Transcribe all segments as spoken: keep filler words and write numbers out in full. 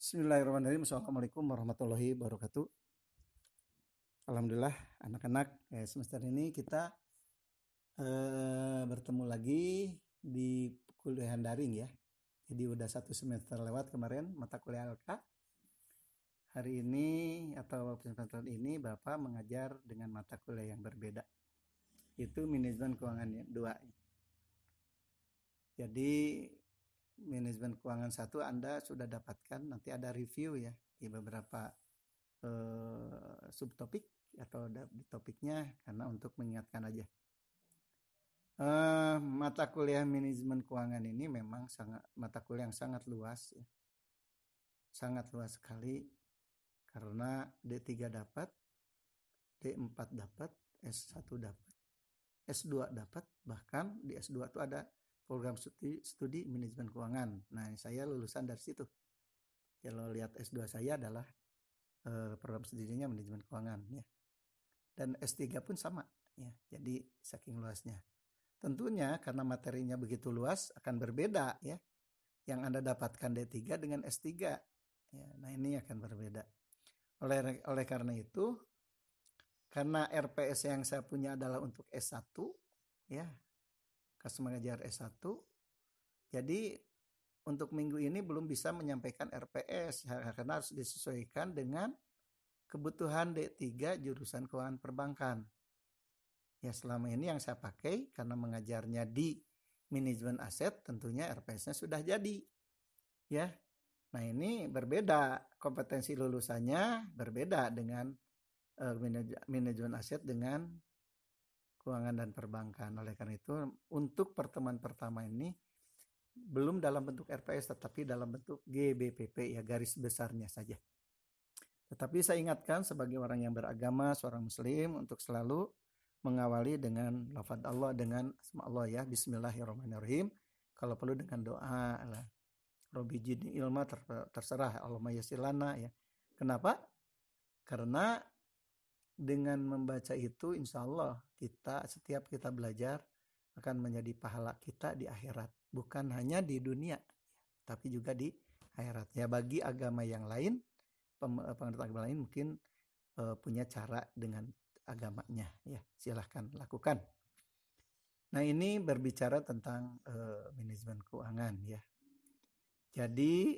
Bismillahirrahmanirrahim. Assalamualaikum warahmatullahi wabarakatuh. Alhamdulillah anak-anak eh, semester ini kita eh, bertemu lagi di kuliah daring ya. Jadi udah satu semester lewat kemarin mata kuliah L K. Hari ini atau semester ini Bapak mengajar dengan mata kuliah yang berbeda. Itu manajemen keuangan dua. Jadi manajemen keuangan satu Anda sudah dapatkan, nanti ada review ya di beberapa eh, subtopik atau di topiknya karena untuk mengingatkan aja. Eh, mata kuliah manajemen keuangan ini memang sangat mata kuliah yang sangat luas ya. Sangat luas sekali karena D tiga dapat, D empat dapat, S satu dapat, S dua dapat, bahkan di S dua itu ada program studi, studi manajemen keuangan. Nah, saya lulusan dari situ. Kalau lihat S dua saya adalah eh, program studinya manajemen keuangan ya. Dan S tiga pun sama ya. Jadi saking luasnya. Tentunya karena materinya begitu luas akan berbeda ya. Yang Anda dapatkan D tiga dengan S tiga. Ya, nah ini akan berbeda. Oleh oleh karena itu karena R P S yang saya punya adalah untuk S satu ya. Kas mengajar S satu. Jadi untuk minggu ini belum bisa menyampaikan R P S karena harus disesuaikan dengan kebutuhan D tiga jurusan keuangan perbankan. Ya selama ini yang saya pakai karena mengajarnya di manajemen aset tentunya R P S-nya sudah jadi. Ya. Nah, ini berbeda kompetensi lulusannya berbeda dengan uh, manajemen aset dengan keuangan dan perbankan. Oleh karena itu untuk pertemuan pertama ini belum dalam bentuk R P S tetapi dalam bentuk G B P P ya, garis besarnya saja. Tetapi saya ingatkan sebagai orang yang beragama, seorang muslim untuk selalu mengawali dengan lafaz Allah, dengan asma Allah ya, bismillahirrahmanirrahim. Kalau perlu dengan doa lah. Robbi jidni ilma terserah Allahumma yassir lana ya. Kenapa? Karena dengan membaca itu insya Allah kita setiap kita belajar akan menjadi pahala kita di akhirat, bukan hanya di dunia tapi juga di akhirat ya. Bagi agama yang lain, pengertian agama lain mungkin uh, punya cara dengan agamanya ya, silahkan lakukan. Nah ini berbicara tentang uh, manajemen keuangan ya. Jadi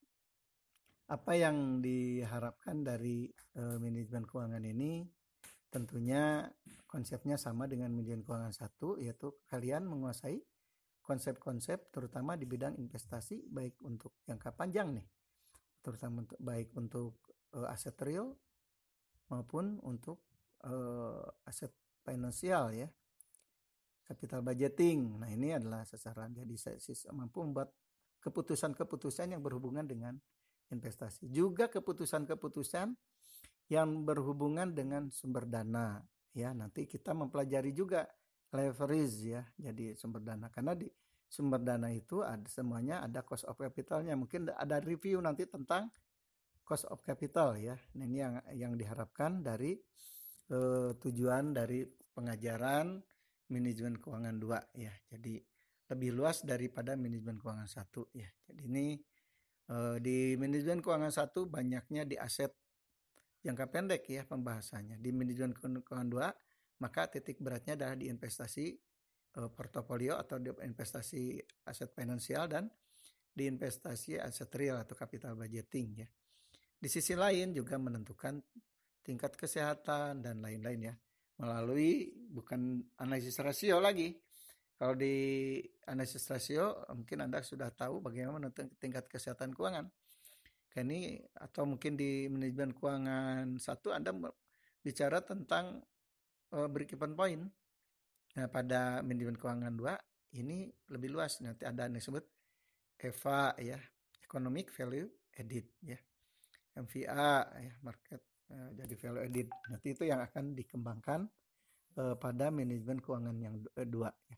apa yang diharapkan dari uh, manajemen keuangan ini tentunya konsepnya sama dengan manajemen keuangan satu, yaitu kalian menguasai konsep-konsep terutama di bidang investasi baik untuk jangka panjang nih, terutama untuk, baik untuk uh, aset real maupun untuk uh, aset finansial ya, capital budgeting. Nah ini adalah sasaran. Jadi saya mampu membuat keputusan-keputusan yang berhubungan dengan investasi. Juga keputusan-keputusan yang berhubungan dengan sumber dana. Ya, nanti kita mempelajari juga leverage ya. Jadi sumber dana, karena di sumber dana itu ada semuanya ada cost of capitalnya. Mungkin ada review nanti tentang cost of capital ya. Nah, ini yang yang diharapkan dari eh, tujuan dari pengajaran manajemen keuangan dua ya. Jadi lebih luas daripada manajemen keuangan satu ya. Jadi ini eh, di manajemen keuangan satu banyaknya di aset jangka pendek ya pembahasannya. Di manajemen keuangan dua maka titik beratnya adalah di investasi eh, portofolio atau di investasi aset finansial dan di investasi aset real atau capital budgeting ya. Di sisi lain juga menentukan tingkat kesehatan dan lain-lain ya, melalui bukan analisis rasio lagi. Kalau di analisis rasio mungkin Anda sudah tahu bagaimana menentukan tingkat kesehatan keuangan. Kayak ini atau mungkin di manajemen keuangan satu Anda bicara tentang uh, break-even point. Nah, pada manajemen keuangan dua ini lebih luas. Nanti ada yang disebut E V A ya, Economic Value Added ya. M V A ya, market uh, jadi value added. Nanti itu yang akan dikembangkan uh, pada manajemen keuangan yang uh, dua ya.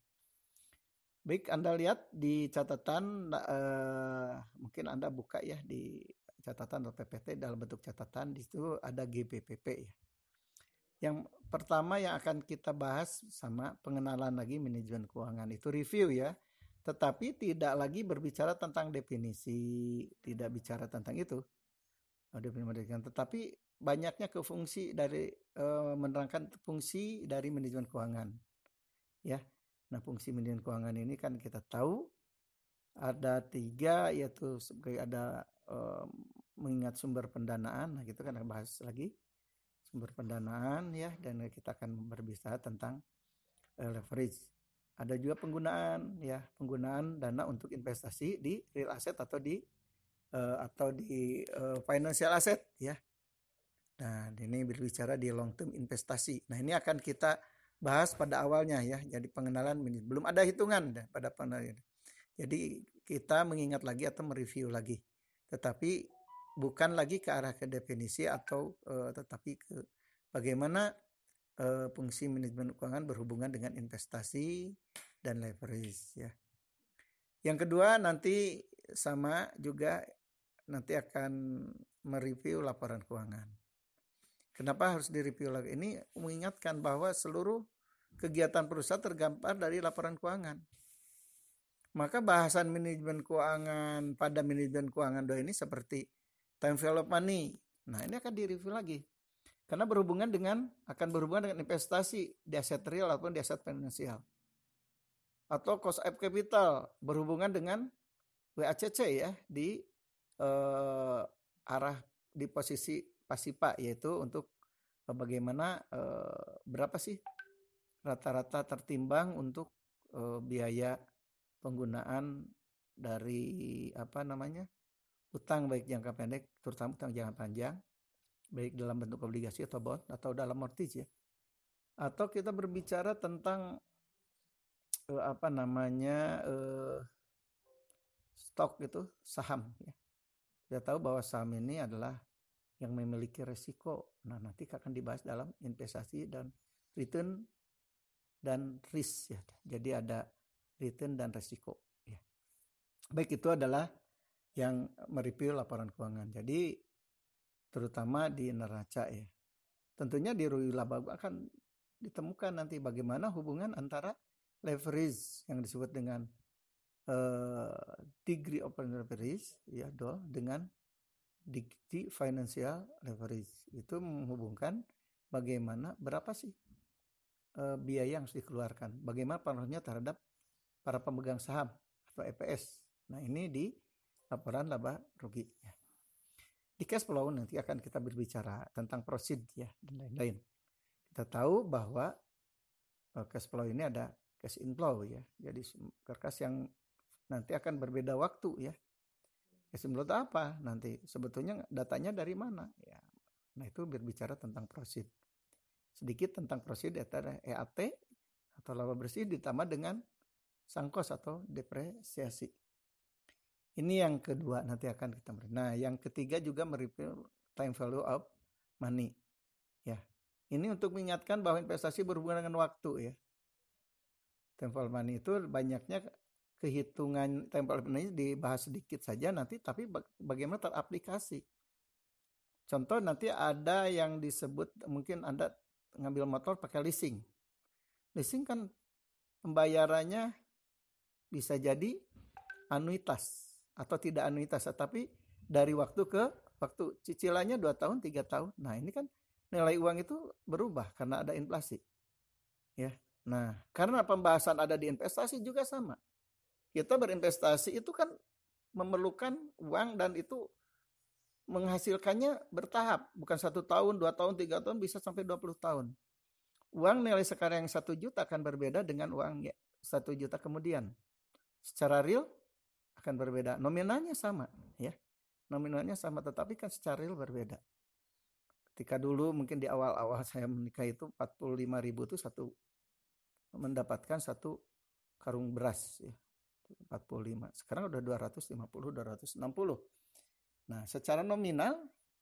Baik, Anda lihat di catatan uh, mungkin Anda buka ya di catatan atau P P T dalam bentuk catatan, di situ ada G B P P ya. Yang pertama yang akan kita bahas sama pengenalan lagi manajemen keuangan itu review ya. tetapi tidak lagi berbicara tentang definisi, tidak bicara tentang itu. Tetapi banyaknya ke fungsi dari uh, menerangkan fungsi dari manajemen keuangan. Ya, nah fungsi manajemen keuangan ini kan kita tahu ada tiga, yaitu ada uh, mengingat sumber pendanaan, nah gitu kan bahas lagi sumber pendanaan ya, dan kita akan berbicara tentang uh, leverage. Ada juga penggunaan ya, penggunaan dana untuk investasi di real asset atau di uh, atau di uh, financial asset ya. Nah, ini berbicara di long term investasi. Nah, ini akan kita bahas pada awalnya ya. Jadi pengenalan belum ada hitungan pada pengenalan. Jadi kita mengingat lagi atau mereview lagi. Tetapi bukan lagi ke arah ke definisi atau uh, tetapi ke bagaimana uh, fungsi manajemen keuangan berhubungan dengan investasi dan leverage ya. Yang kedua nanti sama juga nanti akan mereview laporan keuangan. Kenapa harus direview lagi? Ini mengingatkan bahwa seluruh kegiatan perusahaan tergambar dari laporan keuangan. Maka bahasan manajemen keuangan pada manajemen keuangan dua ini seperti time value of money. Nah, ini akan direview lagi. Karena berhubungan dengan akan berhubungan dengan investasi di aset real ataupun di aset finansial. Atau cost of capital berhubungan dengan W A C C ya di eh, arah di posisi pasipa, yaitu untuk bagaimana eh, berapa sih rata-rata tertimbang untuk eh, biaya penggunaan dari apa namanya utang baik jangka pendek terutama utang jangka panjang baik dalam bentuk obligasi atau bond atau dalam mortgage ya, atau kita berbicara tentang eh, apa namanya eh, stok itu saham ya. Kita tahu bahwa saham ini adalah yang memiliki resiko. Nah, nanti akan dibahas dalam investasi dan return dan risk ya. Jadi ada return dan resiko ya. Baik, itu adalah yang mereview laporan keuangan. Jadi terutama di neraca ya. Tentunya di rui laba akan ditemukan nanti bagaimana hubungan antara leverage yang disebut dengan uh, degree of leverage ya do dengan di financial leverage. Itu menghubungkan bagaimana berapa sih e, biaya yang harus dikeluarkan, bagaimana pengaruhnya terhadap para pemegang saham atau E P S. Nah, ini di laporan laba rugi ya. Di cash flow nanti akan kita berbicara tentang proceed ya dan lain-lain. Kita tahu bahwa e, cash flow ini ada cash inflow ya. Jadi kas yang nanti akan berbeda waktu ya. Cash inflow itu apa? Nanti sebetulnya datanya dari mana? Ya. Nah, itu berbicara tentang proceed. Sedikit tentang proceed antara E A T atau laba bersih ditambah dengan sunk cost atau depresiasi. Ini yang kedua nanti akan kita beri. Nah, yang ketiga juga mereview time value of money. Ya. Ini untuk mengingatkan bahwa investasi berhubungan dengan waktu ya. Time value of money itu banyaknya kehitungan temporal ini dibahas sedikit saja nanti, tapi bagaimana teraplikasi. Contoh nanti ada yang disebut mungkin Anda ngambil motor pakai leasing. Leasing kan pembayarannya bisa jadi anuitas atau tidak anuitas, tapi dari waktu ke waktu, cicilannya dua tahun, tiga tahun. Nah, ini kan nilai uang itu berubah karena ada inflasi. Ya. Nah, karena pembahasan ada di investasi juga sama. Kita berinvestasi itu kan memerlukan uang dan itu menghasilkannya bertahap. Bukan satu tahun, dua tahun, tiga tahun, bisa sampai dua puluh tahun. Uang nilai sekarang yang satu juta akan berbeda dengan uang ya, satu juta kemudian. Secara real akan berbeda. Nominalnya sama ya. Nominalnya sama tetapi kan secara real berbeda. Ketika dulu mungkin di awal-awal saya menikah itu empat puluh lima ribu itu satu mendapatkan satu karung beras ya. empat puluh lima. Sekarang udah dua ratus lima puluh, dua ratus enam puluh. Nah, secara nominal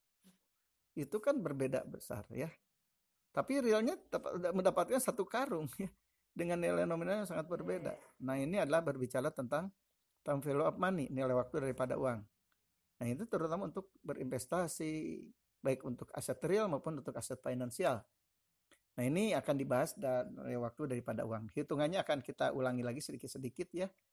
itu kan berbeda besar ya. Tapi realnya mendapatkan satu karung ya, dengan nilai nominal yang sangat berbeda. Nah, ini adalah berbicara tentang time value of money, nilai waktu daripada uang. Nah, itu terutama untuk berinvestasi, baik untuk aset real maupun untuk aset finansial. Nah, ini akan dibahas dan nilai waktu daripada uang. Hitungannya akan kita ulangi lagi sedikit-sedikit ya.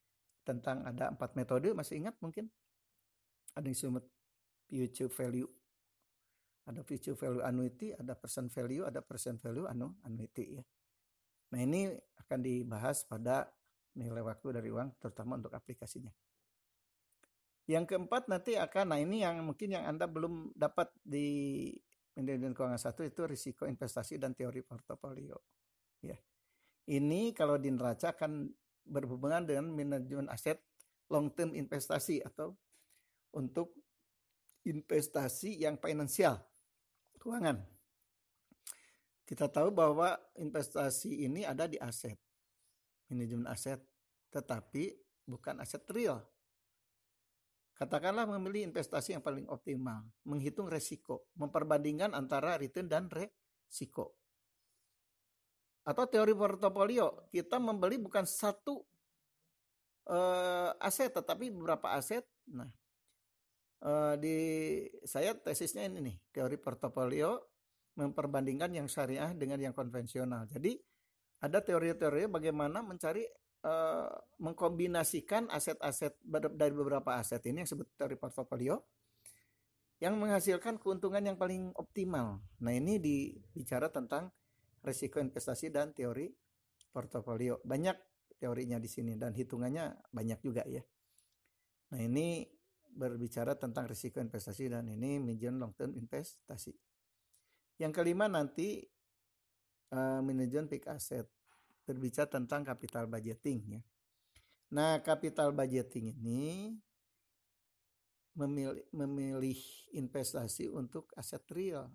tentang ada empat metode, masih ingat mungkin? Ada yang disebut future value, ada future value annuity, ada present value, ada present value anu annuity ya. Nah ini akan dibahas pada nilai waktu dari uang, terutama untuk aplikasinya. Yang keempat nanti akan, nah ini yang mungkin yang Anda belum dapat di manajemen keuangan satu, itu risiko investasi dan teori portofolio. Ya. Ini kalau di neraca akan berhubungan dengan manajemen aset long term investasi atau untuk investasi yang finansial, keuangan. Kita tahu bahwa investasi ini ada di aset, manajemen aset, tetapi bukan aset real. Katakanlah memilih investasi yang paling optimal, menghitung resiko, memperbandingkan antara return dan resiko. Atau teori portofolio, kita membeli bukan satu uh, aset, tetapi beberapa aset. Nah, uh, di saya tesisnya ini nih, teori portofolio memperbandingkan yang syariah dengan yang konvensional. Jadi ada teori-teori bagaimana mencari Uh, mengkombinasikan aset-aset dari beberapa aset ini yang disebut teori portofolio yang menghasilkan keuntungan yang paling optimal. Nah ini dibicara tentang risiko investasi dan teori portofolio. Banyak teorinya di sini dan hitungannya banyak juga ya. Nah ini berbicara tentang risiko investasi dan ini manajemen long term investasi. Yang kelima nanti uh, manajemen peak asset, berbicara tentang capital budgeting ya. Nah, capital budgeting ini memilih, memilih investasi untuk aset real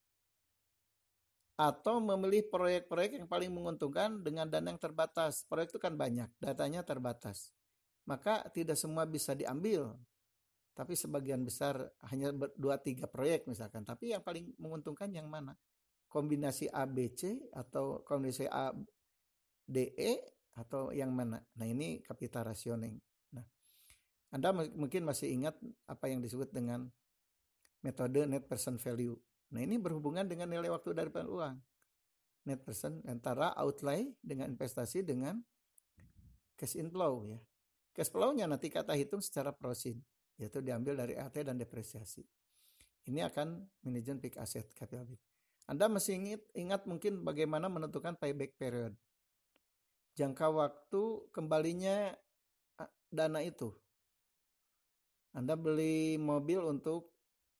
atau memilih proyek-proyek yang paling menguntungkan dengan dana yang terbatas. Proyek itu kan banyak, datanya terbatas. Maka tidak semua bisa diambil. Tapi sebagian besar hanya dua tiga proyek misalkan. Tapi yang paling menguntungkan yang mana? Kombinasi A B C atau kombinasi A D E atau yang mana? Nah ini capital rationing. Nah, Anda mungkin masih ingat apa yang disebut dengan metode net present value. Nah ini berhubungan dengan nilai waktu dari uang. Net present antara outlay dengan investasi dengan cash inflow ya. Cash flow-nya nanti kita hitung secara prosin, yaitu diambil dari A T dan depresiasi. Ini akan manajemen peak asset capital. Anda masih ingat, ingat mungkin bagaimana menentukan payback period. Jangka waktu kembalinya dana itu. Anda beli mobil untuk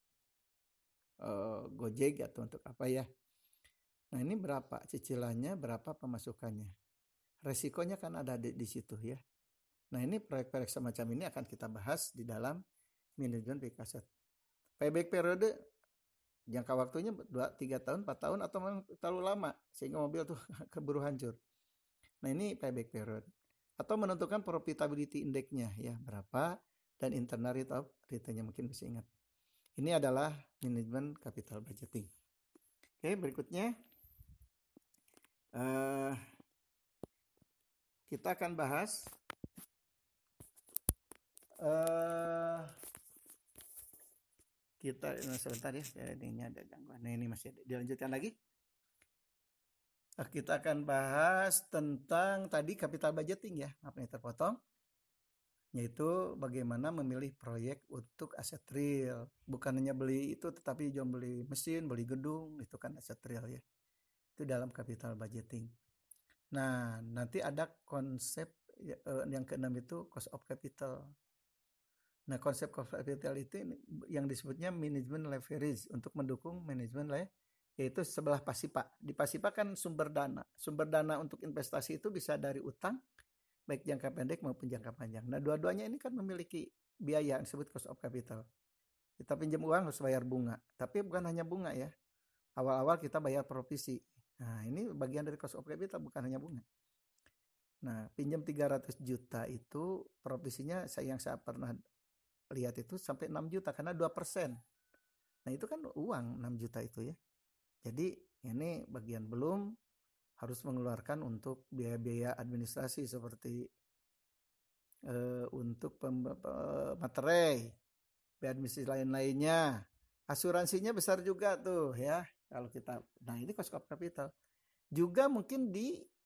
uh, Gojek atau untuk apa ya. Nah ini berapa cicilannya, berapa pemasukannya. Resikonya kan ada di, di situ ya. Nah ini proyek-proyek semacam ini akan kita bahas di dalam manajemen peak asset. Payback periode jangka waktunya dua tiga tahun, empat tahun atau memang terlalu lama sehingga mobil tuh keburu hancur. Nah ini payback period. Atau menentukan profitability index-nya ya berapa dan internal rate of return-nya mungkin bisa ingat. Ini adalah manajemen capital budgeting. Oke berikutnya uh, kita akan bahas uh, kita sebentar ya, ini ada gangguan. Nah ini masih ada. Dilanjutkan lagi. Kita akan bahas tentang tadi capital budgeting ya, apa yang terpotong, yaitu bagaimana memilih proyek untuk aset real. Bukan hanya beli itu, tetapi juga beli mesin, beli gedung, itu kan aset real ya. Itu dalam capital budgeting. Nah, nanti ada konsep yang keenam itu cost of capital. Nah, konsep cost of capital itu yang disebutnya manajemen leverage untuk mendukung manajemen leverage. Yaitu sebelah pasipa. Di pasipa kan sumber dana. Sumber dana untuk investasi itu bisa dari utang, baik jangka pendek maupun jangka panjang. Nah dua-duanya ini kan memiliki biaya yang disebut cost of capital. Kita pinjam uang harus bayar bunga. Tapi bukan hanya bunga ya. Awal-awal kita bayar provisi. Nah ini bagian dari cost of capital, bukan hanya bunga. Nah pinjam tiga ratus juta itu provisinya yang saya pernah lihat itu sampai enam juta karena dua persen. Nah itu kan uang enam juta itu ya. Jadi ini bagian belum harus mengeluarkan untuk biaya-biaya administrasi seperti uh, untuk pem- materai, biaya administrasi lain-lainnya. Asuransinya besar juga tuh ya kalau kita. Nah ini cost of capital. Juga mungkin di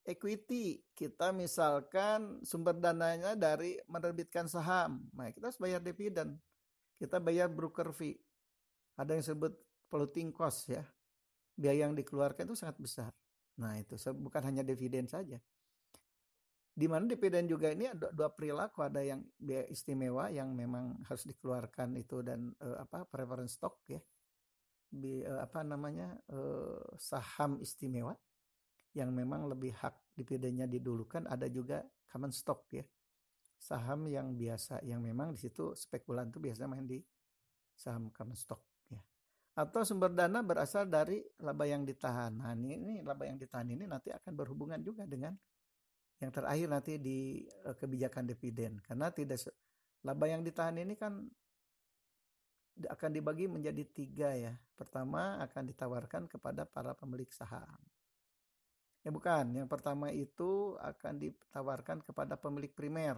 equity, kita misalkan sumber dananya dari menerbitkan saham, nah kita harus bayar dividen, kita bayar broker fee, ada yang disebut floating cost ya, biaya yang dikeluarkan itu sangat besar. Nah itu bukan hanya dividen saja, di mana dividen juga ini ada dua perilaku, ada yang biaya istimewa yang memang harus dikeluarkan itu dan eh, apa preference stock ya, Bi, eh, apa namanya eh, saham istimewa yang memang lebih hak dividennya didulukan, ada juga common stock ya, saham yang biasa yang memang di situ spekulan tuh biasanya main di saham common stock ya. Atau sumber dana berasal dari laba yang ditahan. Nah ini, ini laba yang ditahan ini nanti akan berhubungan juga dengan yang terakhir nanti di uh, kebijakan dividen, karena tidak laba yang ditahan ini kan akan dibagi menjadi tiga ya. Pertama akan ditawarkan kepada para pemilik saham. Ya bukan, yang pertama itu akan ditawarkan kepada pemilik primer.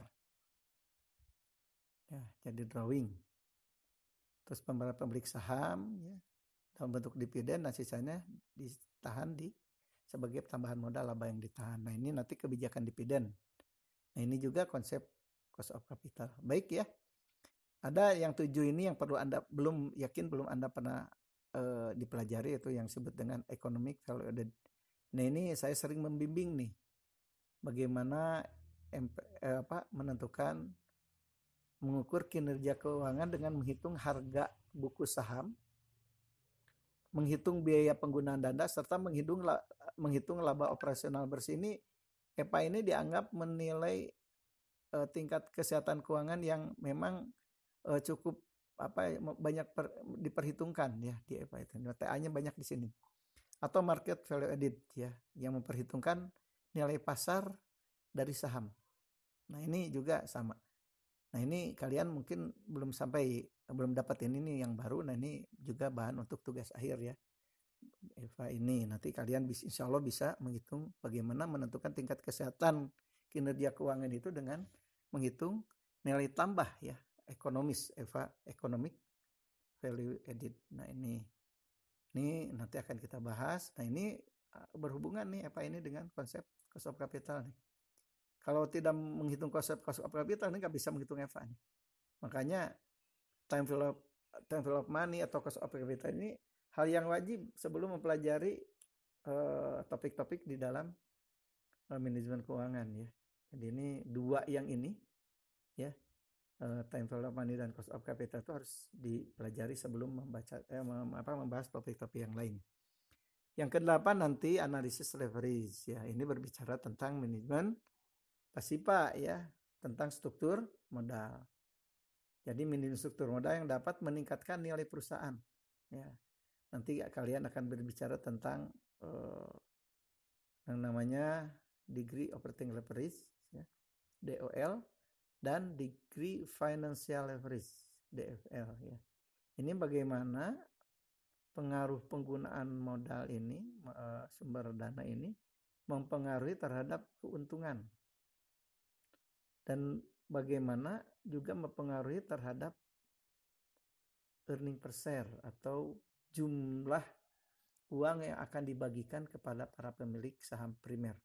Ya, jadi drawing. Terus pemilik saham ya, dalam bentuk dividen, dan sisanya ditahan di sebagai tambahan modal laba yang ditahan. Nah ini nanti kebijakan dividen. Nah ini juga konsep cost of capital. Baik ya. Ada yang tujuh ini yang perlu Anda belum yakin belum Anda pernah uh, dipelajari, itu yang disebut dengan economic value added. Nah ini saya sering membimbing nih bagaimana M P, eh, apa, menentukan mengukur kinerja keuangan dengan menghitung harga buku saham, menghitung biaya penggunaan dana, serta menghitung menghitung laba operasional bersih. Ini E P A ini dianggap menilai uh, tingkat kesehatan keuangan yang memang uh, cukup apa banyak per, diperhitungkan ya di E P A itu. T A-nya banyak di sini. Atau market value added ya, yang memperhitungkan nilai pasar dari saham. Nah ini juga sama. Nah ini kalian mungkin belum sampai, belum dapat ini nih yang baru. Nah ini juga bahan untuk tugas akhir ya. Eva ini nanti kalian bisa, insya Allah bisa menghitung bagaimana menentukan tingkat kesehatan kinerja keuangan itu dengan menghitung nilai tambah ya, ekonomis, Eva economic value added. Nah ini ini nanti akan kita bahas. Nah ini berhubungan nih apa ini dengan konsep cost of capital nih. Kalau tidak menghitung konsep cost of capital ini nggak bisa menghitung E V A nih. Makanya time value of, time value of money atau cost of capital ini hal yang wajib sebelum mempelajari uh, topik-topik di dalam uh, manajemen keuangan ya. Jadi ini dua yang ini ya. Time value of money dan cost of capital itu harus dipelajari sebelum membaca eh, mem, apa, membahas topik-topik yang lain. Yang kedelapan nanti analisis leverage ya. Ini berbicara tentang manajemen pasifa ya, tentang struktur modal. Jadi manajemen struktur modal yang dapat meningkatkan nilai perusahaan ya. Nanti kalian akan berbicara tentang eh, yang namanya degree operating leverage ya, D O L, dan degree financial leverage D F L ya. Ini bagaimana pengaruh penggunaan modal ini, sumber dana ini mempengaruhi terhadap keuntungan, dan bagaimana juga mempengaruhi terhadap earning per share atau jumlah uang yang akan dibagikan kepada para pemilik saham primer.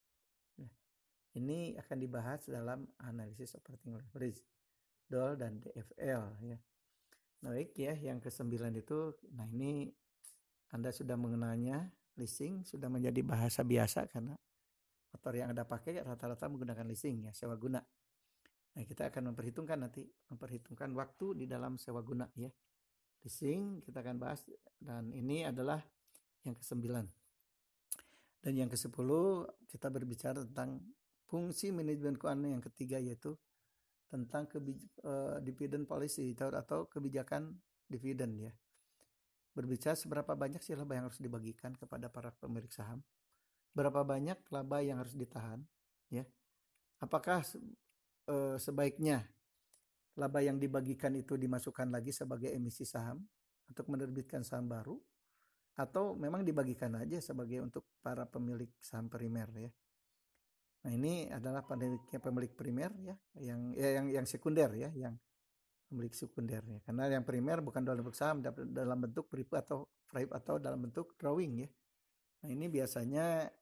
Ini akan dibahas dalam analisis operating leverage D O L dan D F L ya. Nah, baik ya, yang kesembilan itu, nah ini Anda sudah mengenalnya, leasing sudah menjadi bahasa biasa karena motor yang Anda pakai rata-rata menggunakan leasing ya, sewa guna. Nah, kita akan memperhitungkan nanti, memperhitungkan waktu di dalam sewa guna ya. Leasing kita akan bahas, dan ini adalah yang kesembilan. Dan yang kesepuluh kita berbicara tentang fungsi manajemen keuangan yang ketiga, yaitu tentang kebij- uh, dividend policy atau kebijakan dividen ya. Berbicara seberapa banyak sih laba yang harus dibagikan kepada para pemilik saham, berapa banyak laba yang harus ditahan ya. Apakah uh, sebaiknya laba yang dibagikan itu dimasukkan lagi sebagai emisi saham untuk menerbitkan saham baru, atau memang dibagikan aja sebagai untuk para pemilik saham primer ya. Nah ini adalah pemiliknya pemilik primer ya, yang ya, yang yang sekunder ya, yang pemilik sekunder ya. Karena yang primer bukan dalam bentuk saham, dalam bentuk private atau private atau dalam bentuk drawing ya. Nah ini biasanya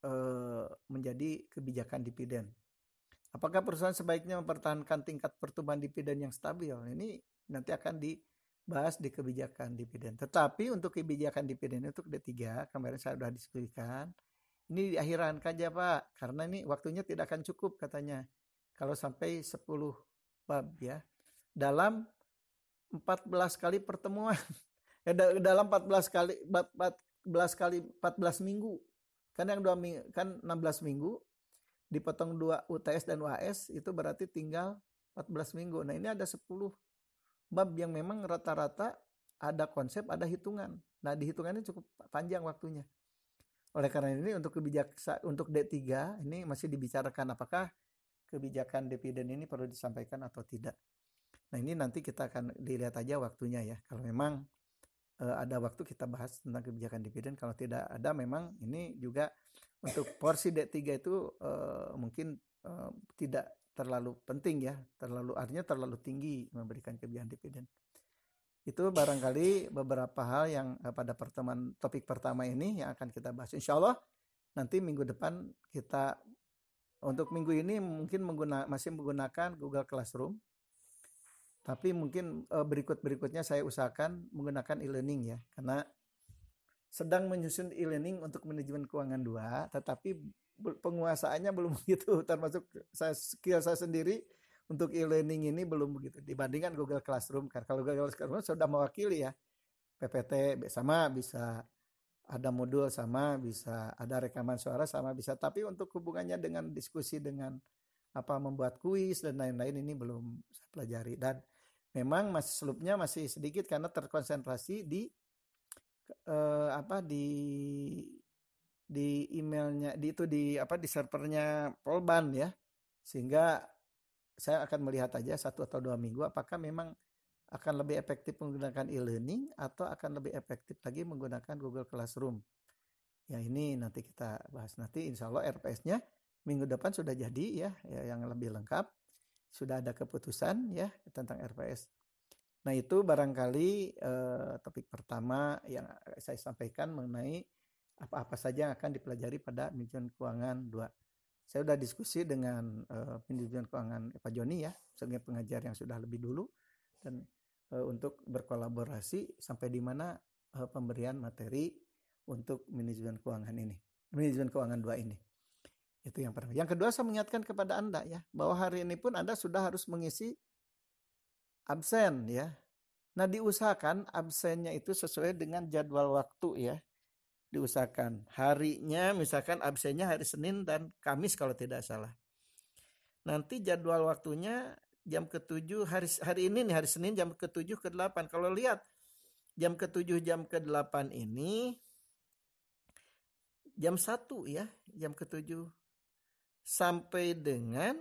uh, menjadi kebijakan dividen. Apakah perusahaan sebaiknya mempertahankan tingkat pertumbuhan dividen yang stabil? Ini nanti akan dibahas di kebijakan dividen. Tetapi untuk kebijakan dividen untuk D tiga, kemarin saya sudah diskusikan, ini di akhiran saja Pak, karena ini waktunya tidak akan cukup katanya. Kalau sampai sepuluh bab ya, dalam empat belas kali pertemuan, ya, dalam empat belas kali, empat belas kali, empat belas minggu, kan yang dua minggu, kan enam belas minggu, dipotong dua U T S dan U A S, itu berarti tinggal empat belas minggu. Nah ini ada sepuluh bab yang memang rata-rata ada konsep, ada hitungan. Nah di hitungannya cukup panjang waktunya. Oleh karena ini untuk kebijakan untuk D tiga ini masih dibicarakan apakah kebijakan dividen ini perlu disampaikan atau tidak. Nah ini nanti kita akan dilihat aja waktunya ya. Kalau memang e, ada waktu kita bahas tentang kebijakan dividen. Kalau tidak ada memang ini juga untuk porsi D tiga itu e, mungkin e, tidak terlalu penting ya. Terlalu artinya terlalu tinggi memberikan kebijakan dividen. Itu barangkali beberapa hal yang pada pertemuan topik pertama ini yang akan kita bahas. Insya Allah nanti minggu depan kita untuk minggu ini mungkin mengguna, masih menggunakan Google Classroom. Tapi mungkin berikut-berikutnya saya usahakan menggunakan e-learning ya. Karena sedang menyusun e-learning untuk manajemen keuangan dua. Tetapi penguasaannya belum begitu. Termasuk saya, skill saya sendiri. Untuk e-learning ini belum begitu dibandingkan Google Classroom. Karena kalau Google Classroom sudah mewakili ya. P P T sama bisa ada modul sama bisa ada rekaman suara sama bisa. Tapi untuk hubungannya dengan diskusi dengan apa membuat kuis dan lain-lain ini belum saya pelajari. Dan memang masih selupnya masih sedikit karena terkonsentrasi di eh, apa di di emailnya di itu di apa di servernya Polban ya. Sehingga saya akan melihat aja satu atau dua minggu apakah memang akan lebih efektif menggunakan e-learning atau akan lebih efektif lagi menggunakan Google Classroom. Ya ini nanti kita bahas. Nanti insya Allah R P S-nya minggu depan sudah jadi ya, ya yang lebih lengkap. Sudah ada keputusan ya tentang R P S. Nah itu barangkali eh, topik pertama yang saya sampaikan mengenai apa-apa saja yang akan dipelajari pada manajemen keuangan dua. Saya sudah diskusi dengan uh, manajemen keuangan Pak Joni ya, sebagai pengajar yang sudah lebih dulu dan uh, untuk berkolaborasi sampai di mana uh, pemberian materi untuk manajemen keuangan ini, manajemen keuangan dua ini. Itu yang pertama. Yang kedua saya mengingatkan kepada Anda ya, bahwa hari ini pun Anda sudah harus mengisi absen ya. Nah, diusahakan absennya itu sesuai dengan jadwal waktu ya. Diusahakan harinya misalkan absennya hari Senin dan Kamis kalau tidak salah. Nanti jadwal waktunya jam ketujuh hari hari ini nih hari Senin jam ketujuh ke delapan. Kalau lihat jam ketujuh jam ke delapan ini jam satu ya, jam ketujuh sampai dengan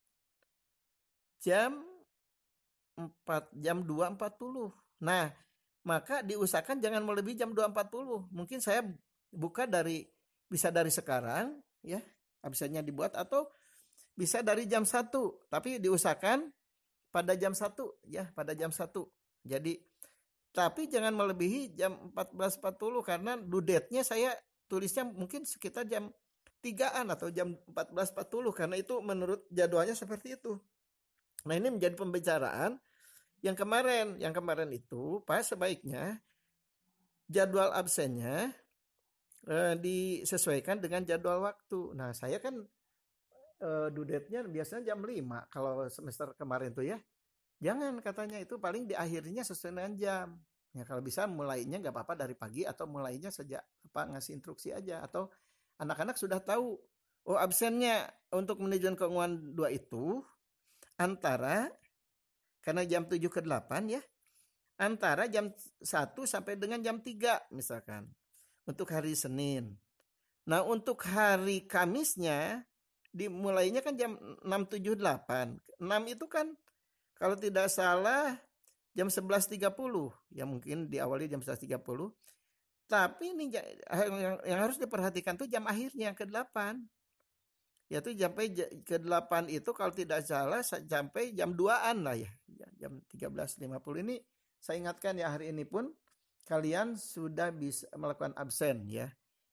jam empat jam dua empat puluh. Nah, maka diusahakan jangan melebihi jam dua empat puluh. Mungkin saya buka dari bisa dari sekarang ya, absennya dibuat atau bisa dari jam satu, tapi diusahakan pada jam satu ya, pada jam satu. Jadi tapi jangan melebihi jam empat belas empat puluh karena due date-nya saya tulisnya mungkin sekitar jam tigaan atau jam empat belas empat puluh karena itu menurut jadwalnya seperti itu. Nah, ini menjadi pembicaraan Yang kemarin, yang kemarin itu Pak sebaiknya jadwal absennya eh, disesuaikan dengan jadwal waktu. Nah saya kan eh, due date-nya biasanya jam lima kalau semester kemarin tuh ya. Jangan katanya itu paling di akhirnya sesuai dengan jam. Ya kalau bisa mulainya nggak apa-apa dari pagi atau mulainya sejak apa ngasih instruksi aja. Atau anak-anak sudah tahu, oh absennya untuk manajemen keuangan dua itu antara karena jam tujuh ke delapan ya, antara jam satu sampai dengan jam tiga misalkan. Untuk hari Senin. Nah untuk hari Kamisnya, dimulainya kan jam enam tujuh delapan. enam itu kan kalau tidak salah jam sebelas tiga puluh. Ya mungkin diawali jam sebelas tiga puluh. Tapi ini yang, yang harus diperhatikan tuh jam akhirnya ke delapan. Yaitu sampai ke delapan itu kalau tidak salah sampai jam duaan lah ya. Jam tiga belas lima puluh ini saya ingatkan ya hari ini pun kalian sudah bisa melakukan absen ya.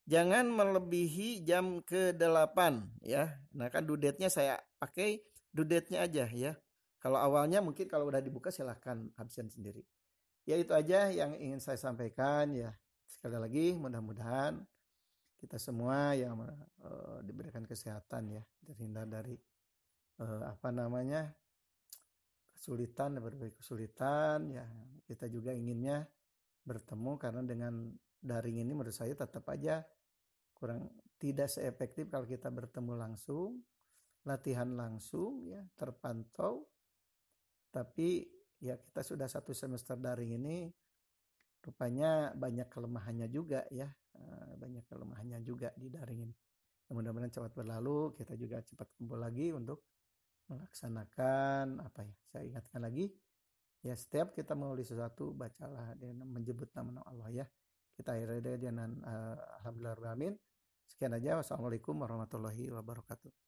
Jangan melebihi jam ke delapan ya. Nah kan due date-nya saya pakai due date-nya aja ya. Kalau awalnya mungkin kalau udah dibuka silahkan absen sendiri. Ya itu aja yang ingin saya sampaikan ya. Sekali lagi mudah-mudahan kita semua yang uh, diberikan kesehatan ya, terhindar dari uh, apa namanya kesulitan, berbagai kesulitan ya. Kita juga inginnya bertemu karena dengan daring ini menurut saya tetap aja kurang tidak seefektif kalau kita bertemu langsung, latihan langsung ya, terpantau. Tapi ya kita sudah satu semester daring ini rupanya banyak kelemahannya juga ya, banyak kelemahannya juga di daring ini. Mudah-mudahan cepat berlalu, kita juga cepat kumpul lagi untuk melaksanakan apa ya? Saya ingatkan lagi, ya setiap kita menulis sesuatu bacalah dan menyebut nama Allah ya. Kita akhiri dengan uh, alhamdulillah. Sekian aja. Wassalamualaikum warahmatullahi wabarakatuh.